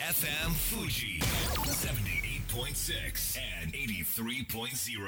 FM Fuji 78.6 and 83.0.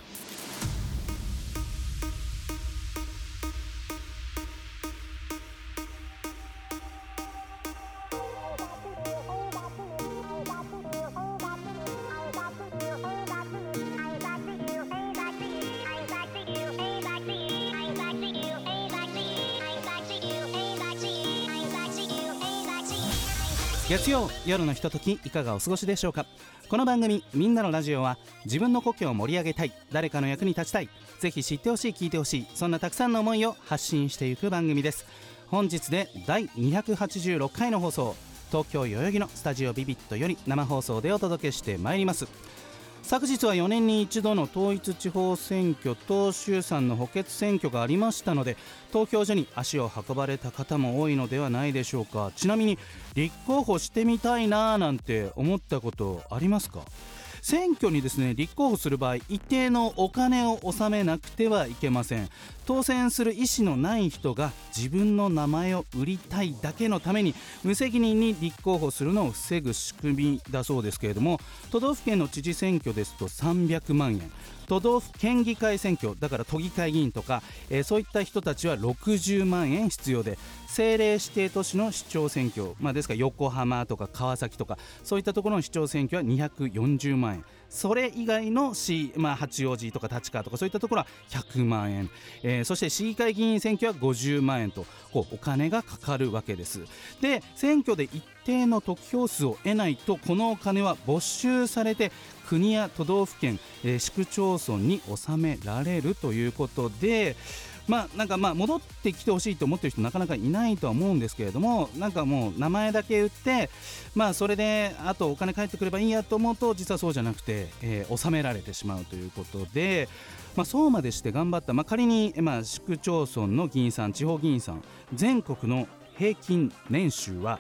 月曜夜のひとときいかがお過ごしでしょうか。この番組みんなのラジオは自分の故郷を盛り上げたい、誰かの役に立ちたい、ぜひ知ってほしい、聞いてほしい、そんなたくさんの思いを発信していく番組です。本日で第286回の放送、東京代々木のスタジオビビットより生放送でお届けしてまいります。昨日は4年に一度の統一地方選挙と衆参の補欠選挙がありましたので、投票所に足を運ばれた方も多いのではないでしょうか。ちなみに立候補してみたいななんて思ったことありますか？選挙にですね、立候補する場合、一定のお金を納めなくてはいけません。当選する意思のない人が自分の名前を売りたいだけのために無責任に立候補するのを防ぐ仕組みだそうですけれども、都道府県の知事選挙ですと300万円、都道府県議会選挙だから都議会議員とか、そういった人たちは60万円必要で、政令指定都市の市長選挙、ですから横浜とか川崎とかそういったところの市長選挙は240万円、それ以外の市、八王子とか立川とかそういったところは100万円、そして市議会議員選挙は50万円とお金がかかるわけです。で、選挙で一定の得票数を得ないとこのお金は没収されて国や都道府県、市区町村に納められるということで、戻ってきてほしいと思っている人なかなかいないとは思うんですけれども、もう名前だけ売って、それであとお金返ってくればいいやと思うと、実はそうじゃなくて、納められてしまうということで、そうまでして頑張った、仮に、市区町村の議員さん、地方議員さん、全国の平均年収は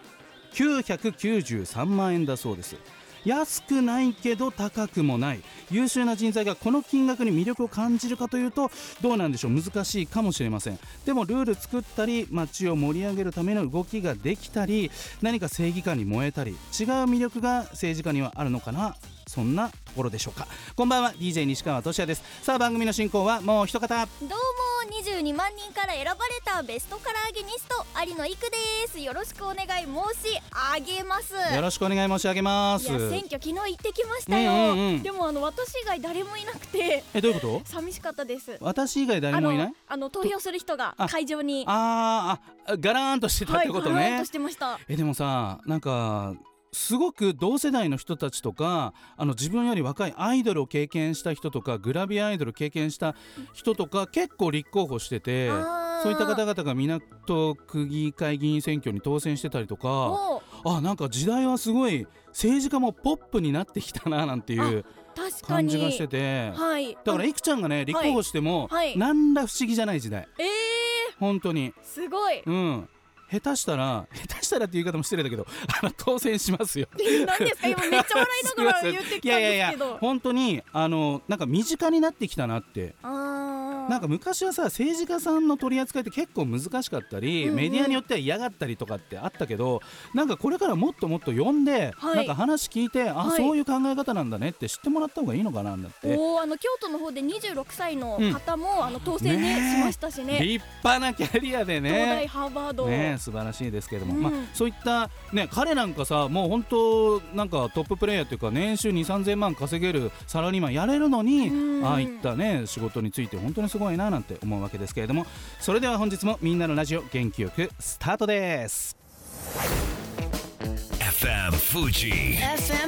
993万円だそうです。安くないけど高くもない、優秀な人材がこの金額に魅力を感じるかというとどうなんでしょう、難しいかもしれません。でもルール作ったり街を盛り上げるための動きができたり、何か正義感に燃えたり、違う魅力が政治家にはあるのかな、そんなところでしょうか。こんばんは、 DJ 西川俊也です。さあ、番組の進行はもう一方、 どうも22万人から選ばれたベストカラーゲニスト有野育です。よろしくお願い申し上げます。 よろしくお願い申し上げます。 いや、選挙昨日行ってきましたよ、でも私以外誰もいなくて、 どういうこと？ 寂しかったです。 私以外誰もいない？ 投票する人が会場にガラーンとしてたってことね。 ガラーンとしてました。 でもさ、すごく同世代の人たちとか、自分より若いアイドルを経験した人とか、グラビアアイドルを経験した人とか結構立候補してて、そういった方々が港区議会議員選挙に当選してたりとか、時代はすごい政治家もポップになってきたななんていう感じがしてて、だからいくちゃんがね立候補しても、なんら不思議じゃない時代。本当にすごい。 下手したらっていう言い方も失礼だけど当選しますよ。 何ですか、今めっちゃ笑いながら言ってきたんですけど本当に身近になってきたなって。昔はさ、政治家さんの取り扱いって結構難しかったり、メディアによっては嫌がったりとかってあったけど、これからもっともっと呼んで、話聞いて、そういう考え方なんだねって知ってもらった方がいいのかなって。 京都の方で26歳の方も、当選しましたしね。 立派なキャリアでね、 東大ハーバード、 素晴らしいですけれども、そういった彼なんかさ、もう本当トッププレイヤーというか、年収 2,3000 万稼げるサラリーマンやれるのに、ああいった仕事について本当にすごいななんて思うわけですけれども、それでは本日もみんなのラジオ元気よくスタートです。 FM Fuji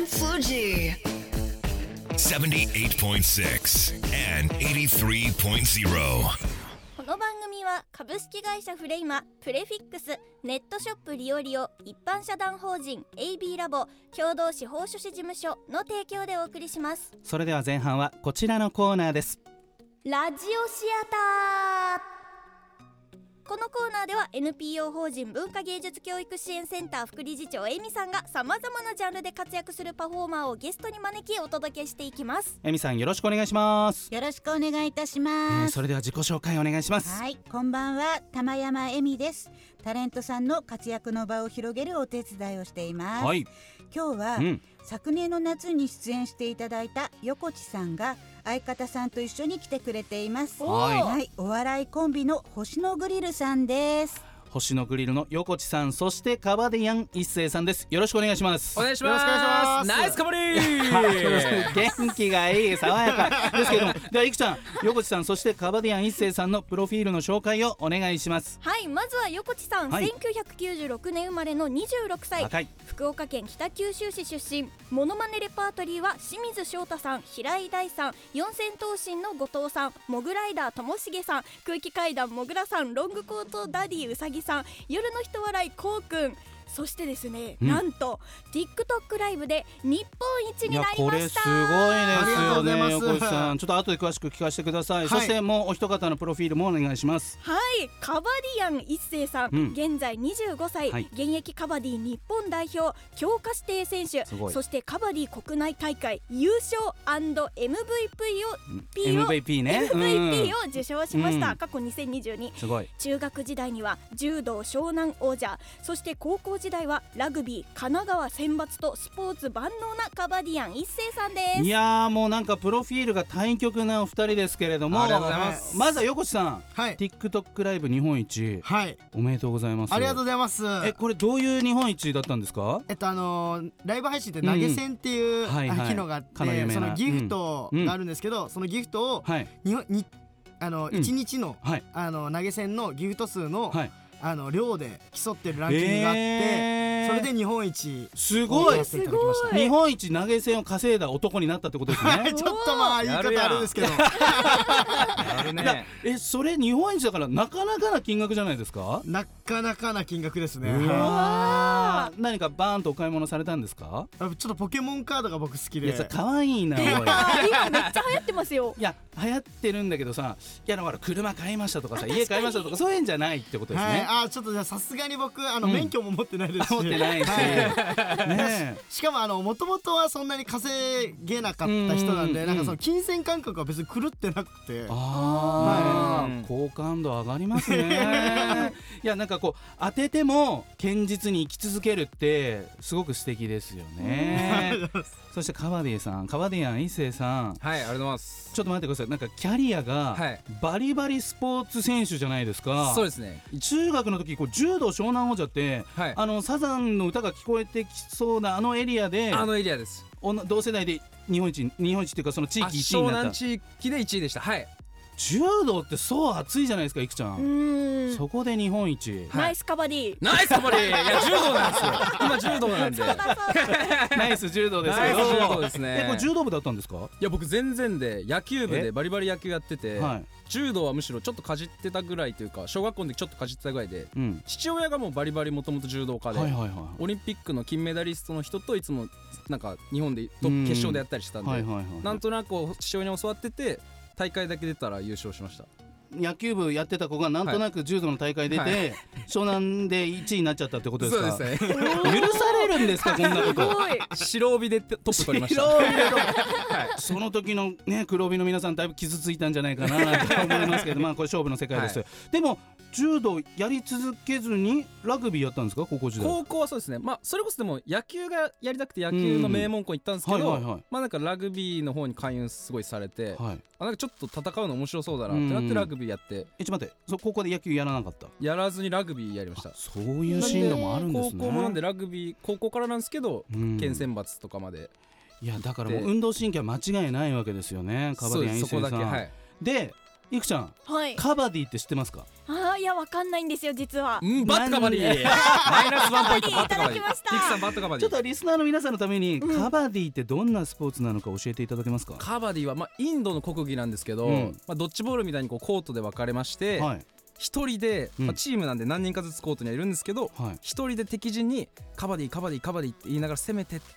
78.6 and 83.0。 この番組は株式会社フレイマ、プレフィックス、ネットショップリオリオ、一般社団法人 AB ラボ、共同司法書士事務所の提供でお送りします。 それでは前半はこちらのコーナーです。 ラジオシアター。 このコーナーでは NPO 法人文化芸術教育支援センター副理事長エミさんがさまざまなジャンルで活躍するパフォーマーをゲストに招きお届けしていきます。 エミさんよろしくお願いします。 よろしくお願いいたします。 それでは自己紹介お願いします。 はい、こんばんは、玉山エミです。タレントさんの活躍の場を広げるお手伝いをしています。 はい、 今日は、昨年の夏に出演していただいた横地さんが相方さんと一緒に来てくれています。はい、お笑いコンビの星のグリルさんです。 星のグリルの横地さん、そしてカバディアン一世さんです。よろしくお願いします。 お願いします。ナイスカバディ元気がいい、爽やかですけども、ではいくちゃん、横地さん、そしてカバディアン一世さんのプロフィールの紹介をお願いします。 はい、まずは横地さん、1996年生まれの26歳、 若い。 福岡県北九州市出身。モノマネレパートリーは清水翔太さん、平井大さん、四千頭身の後藤さん、モグライダーともしげさん、空気階段もぐらさん、ロングコートダディうさぎさん、夜の人笑いこうくん、そしてですね、なんと TikTok ライブで日本一になりました。 いや、これすごいですよね。横地さん、ちょっと後で詳しく聞かせてください。そしてもうお一方のプロフィールもお願いします。 はい、カバディアン一世さん、現在25歳、現役カバディ日本代表強化指定選手、そしてカバディ国内大会優勝 &MVP ね、 MVP を受賞しました。過去2022。 すごい。 中学時代には柔道湘南王者、そして高校時代はラグビー神奈川選抜とスポーツ万能なカバディアン一世さんです。 いやー、もうなんかプロフィールが対極なお二人ですけれども、 ありがとうございます。 まずは横地さん、TikTok ライブ日本一、おめでとうございます。 ありがとうございます。 これどういう日本一だったんですか？ ライブ配信で投げ銭っていう機能があって、そのギフトがあるんですけど、そのギフトを1日の投げ銭のギフト数の量で競ってるランキングがあって、それで日本一。 すごい、日本一投げ銭を稼いだ男になったってことですね。 ちょっとまあ言い方あれですけどそれ日本一だからなかなかな金額じゃないですか？ なかなかな金額ですね。 何かバーンとお買い物されたんですか？ ちょっとポケモンカードが僕好きで。 いや、かわいいな。 今めっちゃ流行ってますよ。 いや、流行ってるんだけどさ、いや、だから車買いましたとかさ、家買いましたとか、そういうんじゃないってことですね。 ちょっとじゃあさすがに僕免許も持ってないですし、 持ってないし、 しかももともとはそんなに稼げなかった人なんで、なんかその金銭感覚は別に狂ってなくて、 好感度上がりますね。いや、なんかこう当てても堅実に生き続けるってすごく素敵ですよね。そしてカバディさん、カバディアン一世さん、 はい、ありがとうございます。 ちょっと待ってください。なんかキャリアがバリバリスポーツ選手じゃないですか。 そうですね。 中学の時こう柔道湘南王者って、サザンの歌が聞こえてきそうなあのエリアで、 です。 同世代で日本一っていうか、その地域1位になった。 湘南地域で1位でした。はい。 柔道ってそう熱いじゃないですか、いくちゃん。そこで日本一。 ナイスカバディ。 ナイスカバディ。いや、柔道なんですよ。今柔道なんで。 ナイス柔道ですけど。 ナイス柔道ですね。 これ柔道部だったんですか？ いや、僕全然で野球部でバリバリ野球やってて、柔道はむしろちょっとかじってたぐらいというか、小学校の時ちょっとかじってたぐらいで、父親がもうバリバリもともと柔道家で、オリンピックの金メダリストの人といつもなんか日本で決勝でやったりしたんで、なんとなく父親に教わってて、大会だけ出たら優勝しました。 野球部やってた子がなんとなく柔道の大会出て、湘南で1位になっちゃったってことですか？ そうですね。 許されるんですか、こんなこと。 白帯でトップ取りました。 その時のね、黒帯の皆さんだいぶ傷ついたんじゃないかなと思いますけど、まあこれ勝負の世界です。でも柔道やり続けずにラグビーやったんですか、高校時代？ 高校はそうですね。まあそれこそでも野球がやりたくて野球の名門校行ったんですけど、まあなんかラグビーの方に勧誘すごいされて、なんかちょっと戦うの面白そうだなってなってラグビーやって。 ちょっと待って、高校で野球やらなかった？ やらずにラグビーやりました。 そういう進路もあるんですね。 高校もなんでラグビー高校からなんですけど、県選抜とかまで。 いや、だからもう運動神経は間違いないわけですよね、カバディアン一世さん。で、いくちゃん、カバディって知ってますか？ いや、わかんないんですよ、実は。 バットカバディ。マイナス1ポイント。バットカバディ。いくさんバットカバディ。 ちょっとリスナーの皆さんのために、カバディってどんなスポーツなのか教えていただけますか？ カバディはインドの国技なんですけど、ドッジボールみたいにこうコートで分かれまして、一人で、チームなんで何人かずつコートにはいるんですけど、一人で敵陣にカバディカバディカバディって言いながら攻めてって、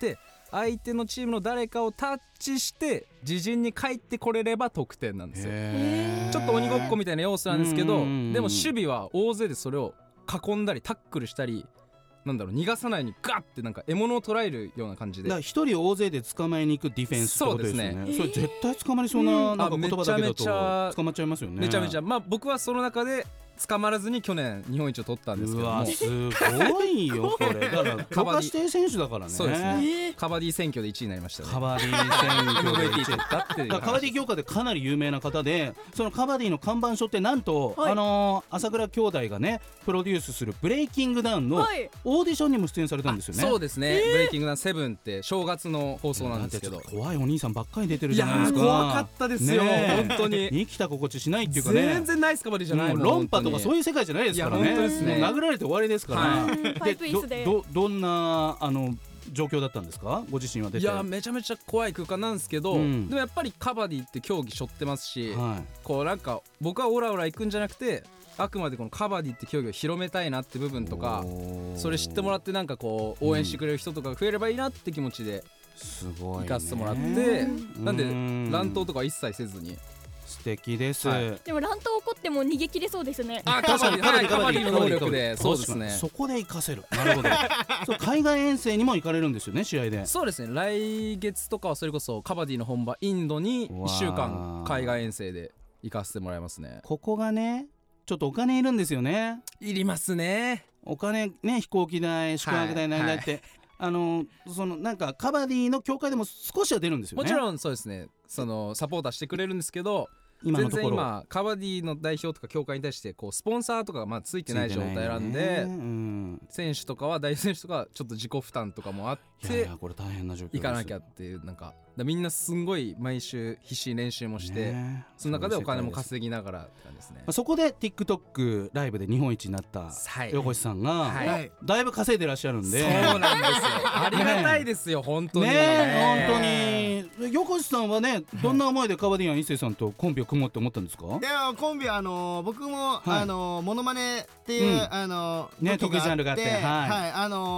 相手のチームの誰かをタッチして自陣に帰ってこれれば得点なんですよ。ちょっと鬼ごっこみたいな要素なんですけど、でも守備は大勢でそれを囲んだりタックルしたり、なんだろう、逃がさないようにガッてなんか獲物を捉えるような感じで、 一人大勢で捕まえに行くディフェンスってことですよね。そうですね。それ絶対捕まりそうな、なんか言葉だけだと捕まっちゃいますよね。 めちゃめちゃ、まあ僕はその中で捕まらずに去年日本一を取ったんですけども。 うわすごいよこれ。だから強化指定選手だからね。 そうですね。カバディ選挙で1位になりましたね。 カバディ選挙で1位だってカバディ業界でかなり有名な方で、そのカバディの看板書ってなんと、朝倉兄弟がねプロデュースするブレイキングダウンのオーディションにも出演されたんですよね。 そうですね。ブレイキングダウン7って正月の放送なんですけど、 怖いお兄さんばっかり出てるじゃないですか。 いや怖かったですよ、本当に生きた心地しないっていうかね。 全然ナイスカバディじゃないもん。 論破とかそういう世界じゃないですからね。 本当ですね。 殴られて終わりですから、 でどんな状況だったんですか、ご自身は出て。 いやめちゃめちゃ怖い空間なんですけど、でもやっぱりカバディって競技背負ってますし、こうなんか僕はオラオラ行くんじゃなくて、あくまでこのカバディって競技を広めたいなって部分とか、それ知ってもらってなんかこう応援してくれる人とかが増えればいいなって気持ちで行かせてもらって、なんで乱闘とか一切せずに。 素敵です、 でも乱闘起こっても逃げ切れそうですね。 確かにカバディの能力で。そうですね。 そこで活かせる。なるほど。そう海外遠征にも行かれるんですよね、試合で。 そうですね。来月とかはそれこそカバディの本場インドに1週間海外遠征で行かせてもらいますね。 ここがねちょっとお金いるんですよね。 いりますね。 お金ね、飛行機代宿泊代何代って、そのなんかカバディの協会でも少しは出るんですよね。 もちろんそうですね。そのサポーターしてくれるんですけど、 今のところ全然今カバディの代表とか協会に対してこうスポンサーとかがまあついてない状態なんで、選手とかは代表選手とかはちょっと自己負担とかもあって、 いやこれ大変な状況です。 行かなきゃっていう、なんかみんなすんごい毎週必死に練習もして、その中でお金も稼ぎながらって感じですね。 そこで TikTok ライブで日本一になった横地さんが、だいぶ稼いでらっしゃるんで。 そうなんですよ。ありがたいですよ本当に。 本当に横地さんはね、どんな思いでカバディアン一世さんとコンビを組もうって思ったんですか。 いやコンビは僕もモノマネっていう得意ジャンルがあって、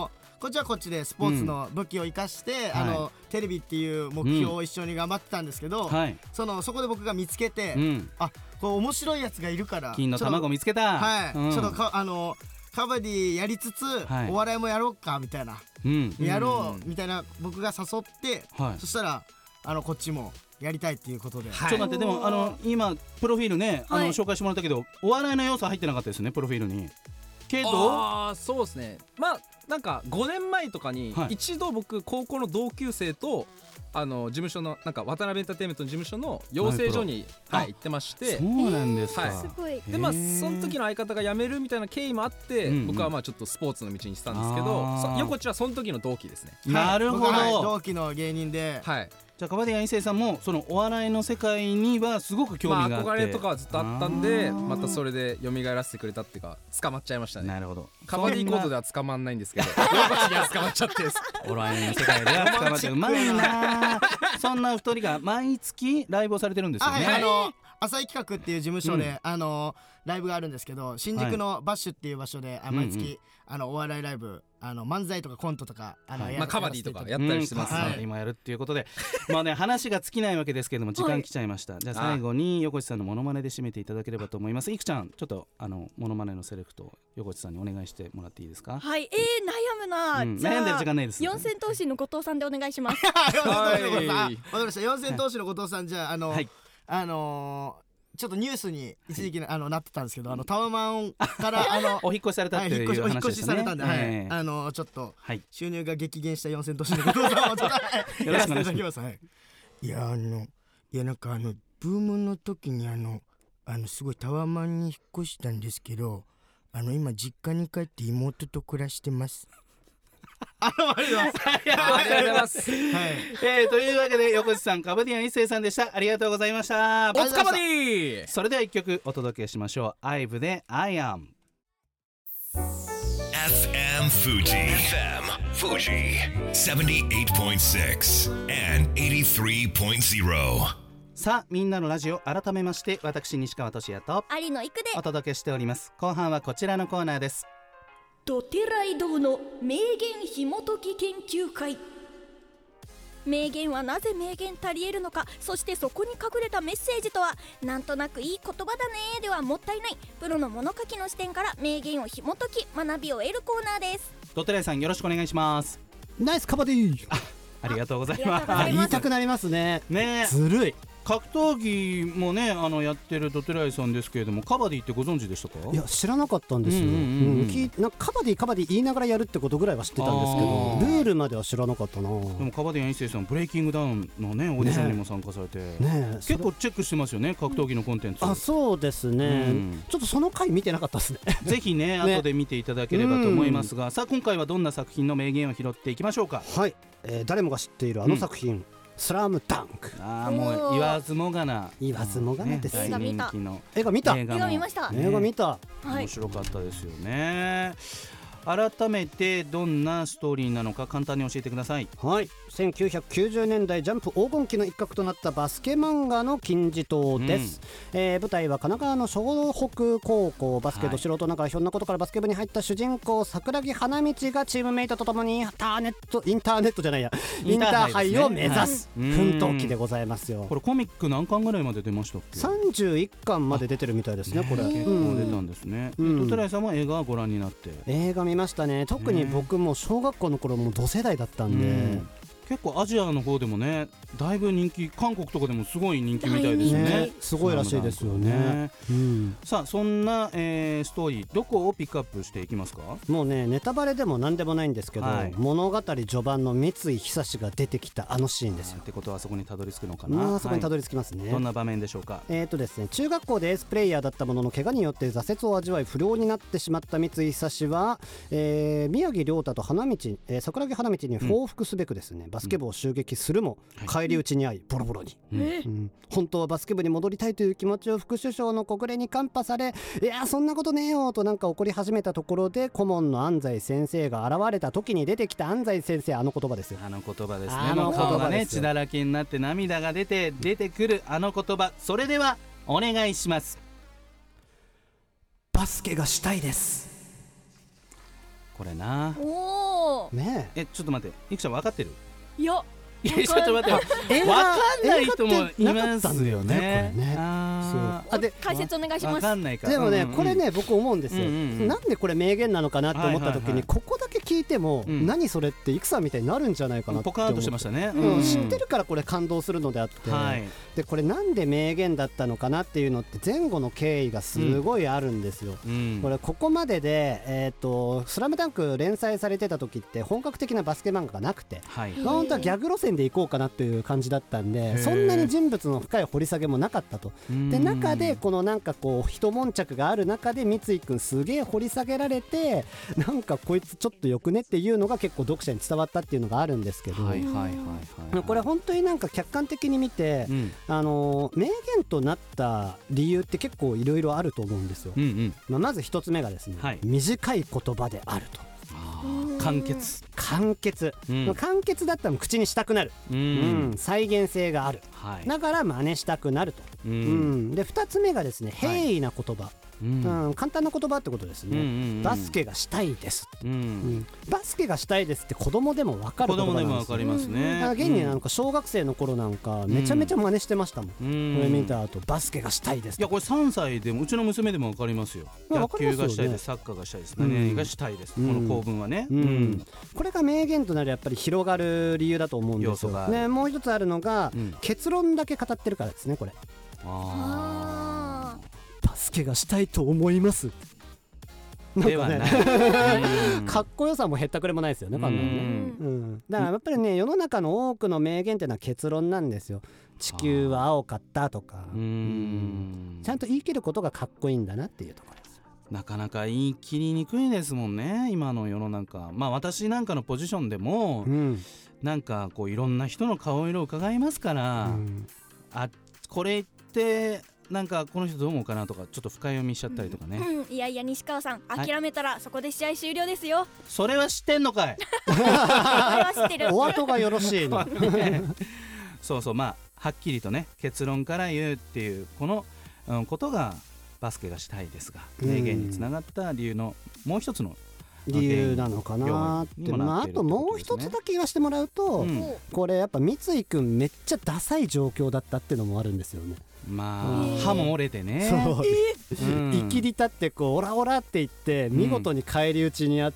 こっちはこっちでスポーツの武器を生かして、テレビっていう目標を一緒に頑張ってたんですけど、そこで僕が見つけて、あ、これ面白いやつがいるから金の卵見つけた、 ちょっとカバディやりつつ、お笑いもやろうかみたいな、やろうみたいな僕が誘って、そしたらこっちもやりたいっていうことで、 ちょっと待って、でも今プロフィールね紹介してもらったけど、お笑いの要素入ってなかったですね、プロフィールに。けどそうですね。まあなんか5年前とかに一度僕高校の同級生と事務所のなんか渡辺エンターテインメントの事務所の養成所に行ってまして、 そうなんですか。 でまあその時の相方が辞めるみたいな経緯もあって、僕はまあちょっとスポーツの道にしたんですけど、横地はその時の同期ですね。 なるほど。 同期の芸人で、 じゃあカバディアン一世さんもそのお笑いの世界にはすごく興味があって、 憧れとかはずっとあったんで、またそれで蘇らせてくれたっていうか捕まっちゃいましたね。 なるほど。 カバディコードでは捕まんないんですけど、横地には捕まっちゃってです。 お笑いの世界では捕まってうまいな。そんな二人が毎月ライブをされてるんですよね。 浅井企画っていう事務所で、ライブがあるんですけど、新宿のバッシュっていう場所で毎月お笑いライブ、漫才とかコントとかカバディとかやったりしてますね。 今やるっていうことで、まあね話が尽きないわけですけれども時間来ちゃいました。じゃあ最後に横地さんのモノマネで締めていただければと思います。いくちゃん、ちょっとモノマネのセレクト横地さんにお願いしてもらっていいですか。 はい、悩むな。 じゃあ悩んでる時間ないです。 四千頭身の後藤さんでお願いします。 わかりました。四千頭身の後藤さん、じゃあちょっとニュースに一時期なってたんですけど、タワマンからお引越しされたっていう話でしたね。 お引越しされたんで、ちょっと収入が激減した四千頭身の後藤さんをちょっとやらせていただきます。いやなんかブームの時にすごいタワマンに引っ越したんですけど、今実家に帰って妹と暮らしてます。ありがとうございます。というわけで横地さん、カバディアン一世さんでした。ありがとうございました。 おつカバディ。 それでは一曲お届けしましょう。IVE で I am。 FM Fuji78.6 and 83.0。 さあみんなのラジオ、改めまして私西川俊也と有野育でお届けしております。後半はこちらのコーナーです。 ドテライ堂の名言ひもとき研究会。 名言はなぜ名言たり得るのか、そしてそこに隠れたメッセージとは。なんとなくいい言葉だねではもったいない、プロの物書きの視点から名言を紐解き学びを得るコーナーです。 ドテライさんよろしくお願いします。 ナイスカバディ。 ありがとうございます。 言いたくなりますね。ずるい。 格闘技もねやってるドテライさんですけれども、カバディってご存知でしたか？ いや知らなかったんですよ。なんかカバディ言いながらやるってことぐらいは知ってたんですけど、ルールまでは知らなかったな。でもカバディアン一世さんブレイキングダウンのねオーディションにも参加されて、結構チェックしてますよね、格闘技のコンテンツ。 あ、そうですね、ちょっとその回見てなかったですね。 ぜひね後で見ていただければと思いますが、さあ今回はどんな作品の名言を拾っていきましょうか？ はい、誰もが知っているあの作品、スラムダンク。 もう言わずもがなです。 映画見た。 映画見た。 映画見ました。 映画見た。 面白かったですよね。改めてどんなストーリーなのか簡単に教えてください。 はい、1990年代ジャンプ黄金期の一角となったバスケ漫画の金字塔です。舞台は神奈川の湘北高校。バスケど素人ながらひょんなことからバスケ部に入った主人公桜木花道がチームメイトとともにインターハイを目指す奮闘記でございますよ。 これコミック何巻ぐらいまで出ましたっけ ？31巻まで出てるみたいですね。これ結構出たんですね。ドテライさんも映画をご覧になって？ 映画見ましたね。特に僕も小学校の頃も同世代だったんで、 結構アジアの方でもねだいぶ人気、韓国とかでもすごい人気みたいですね。 すごいらしいですよね。 さあそんな、ストーリーどこをピックアップしていきますか？ もうねネタバレでも何でもないんですけど、物語序盤の三井久志が出てきたあのシーンですよ。 ってことはそこにたどり着くのかな。 そこにたどり着きますね。 どんな場面でしょうか？ ですね、中学校でエースプレイヤーだったものの怪我によって挫折を味わい不良になってしまった三井久志は、宮城亮太と桜木花道に報復すべくですね、バスケ部を襲撃するも、返り討ちに遭いボロボロに、本当はバスケ部に戻りたいという気持ちを副首相の小暮にカンパされ、いやそんなことねえよとなんか怒り始めたところで、顧問の安西先生が現れた時に出てきた安西先生、あの言葉ですよ。 あの言葉ですね。もう顔がね血だらけになって涙が出てくるあの言葉。それではお願いします。 バスケがしたいです。 これな。 ねえ、ちょっと待って、いくちゃん分かってる？ いやちょっと待って、分かんない人もいますよね。 解説お願いします。 分かんないから。 でもね、これね僕思うんですよ。なんでこれ名言なのかなって思った時に、ここだけ聞いても何それっていくさんみたいになるんじゃないかなってポカーンとしてましたね。 知ってるからこれ感動するのであって、でこれなんで名言だったのかなっていうのって前後の経緯がすごいあるんですよ。これここまででスラムダンク連載されてた時って本格的なバスケ漫画がなくて、本当はギャグ路線でいこうかなっていう感じだったんで、そんなに人物の深い掘り下げもなかったと。で中でこのなんかこう一悶着がある中で三井くんすげえ掘り下げられて、なんかこいつちょっとよくねっていうのが結構読者に伝わったっていうのがあるんですけど、これ本当になんか客観的に見て、名言となった理由って結構いろいろあると思うんですよ。まず一つ目がですね、短い言葉であると。 簡潔、 簡潔だったら口にしたくなる、再現性がある、だから真似したくなると。で2つ目がですね、平易な言葉、簡単な言葉ってことですね。バスケがしたいですって、バスケがしたいですって子供でも分かる言葉なんですよ。子供でも分かりますね。現になんか小学生の頃なんかめちゃめちゃ真似してましたもん。これ見た後バスケがしたいです。 いやこれ3歳でもうちの娘でも分かりますよ。野球がしたいです、サッカーがしたいです、何がしたいです、この構文はね。 これが名言となるやっぱり広がる理由だと思うんですよね。もう一つあるのが、結論だけ語ってるからですね。これバスケがしたいと思いますではないかっこよさもへったくれもないですよね、こんなのね。だからやっぱりね、世の中の多くの名言っていうのは結論なんですよ。地球は青かったとか、ちゃんと言い切ることがかっこいいんだなっていうところです。 なかなか言い切りにくいですもんね、今の世の中。私なんかのポジションでも、なんかこういろんな人の顔色を伺いますから、これってなんかこの人どう思うかなとかちょっと深読みしちゃったりとかね。 いやいや西川さん、諦めたらそこで試合終了ですよ。 それは知ってんのかいそれは知ってる。 お後がよろしいのそうそう、はっきりとね結論から言うっていうこの、ことがバスケがしたいですが名言につながった理由のもう一つの理由なのかなって、あともう一つだけ言わせてもらうと、これやっぱ三井くんめっちゃダサい状況だったってのもあるんですよね。 歯も折れてね、 いきり立ってこうオラオラって言って見事に返り討ちにあって、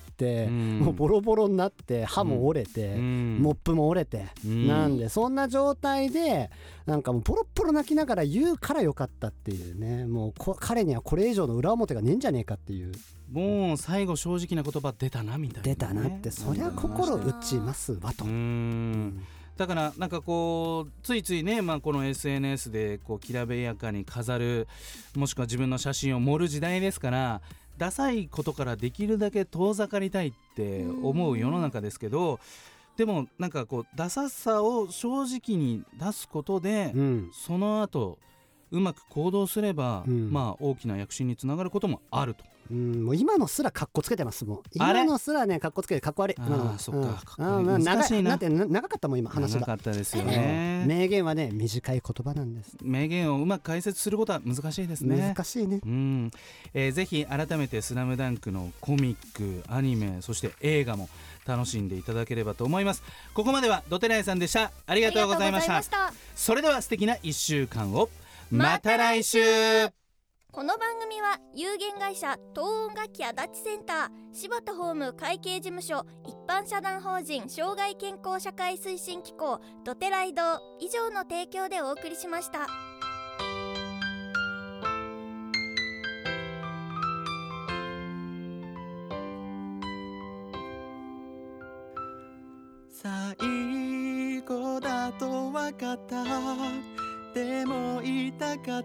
もうボロボロになって歯も折れて、モップも折れて、なんでそんな状態でなんかもうポロポロ泣きながら言うからよかったっていうね。もう彼にはこれ以上の裏表がねえんじゃねえかっていう、 もう最後正直な言葉出たなみたいな、 出たなって、そりゃ心打ちますわと。 だからなんかこうついついね、この SNS でこうきらびやかに飾る、もしくは自分の写真を盛る時代ですから、ダサいことからできるだけ遠ざかりたいって思う世の中ですけど、でもなんかこうダサさを正直に出すことで、その後うまく行動すれば、大きな躍進につながることもあると。 もう今のすらカッコつけてます。もう今のすらねカッコつけてカッコ悪い。 そっか、難しいな。 長かったもん今話が。 長かったですよね。 名言はね短い言葉なんです。 名言をうまく解説することは難しいですね。 難しいね。 ぜひ改めてスラムダンクのコミック、アニメ、そして映画も楽しんでいただければと思います。ここまではドテライさんでした。ありがとうございました。それでは素敵な1週間を。また来週。 この番組は有限会社東音楽器足立センター、柴田ホーム会計事務所、一般社団法人障害健康社会推進機構ドテライド以上の提供でお送りしました。 最後だと分かった、でも言いたかった、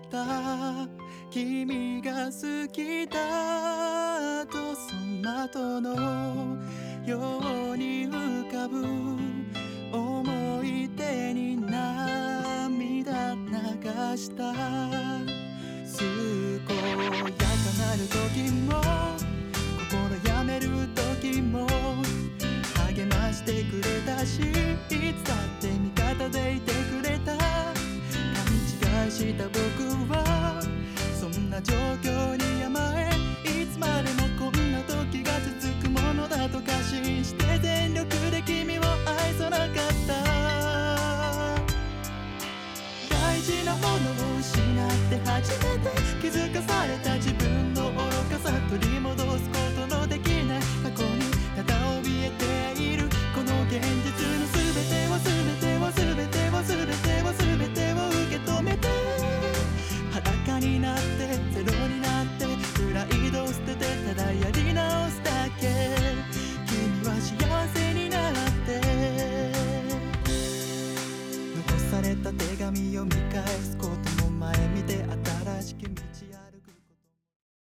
君が好きだとその後のように浮かぶ思い出に涙流した。健やかなる時も心やめる時も励ましてくれたし、いつだって味方でいてくれた。勘違いした僕はそんな状況に甘え、いつまでもこんな時が続くものだと過信して全力で君を愛さなかった。大事なものを失って初めて気づかされた自分の愚かさ、取り戻すことのできない過去にただ怯えているこの現実の全てを全てを全てを全てを全てを受け止めて、裸になってゼロになってプライドを捨ててただやり直すだけ。君は幸せになって残された手紙を見返す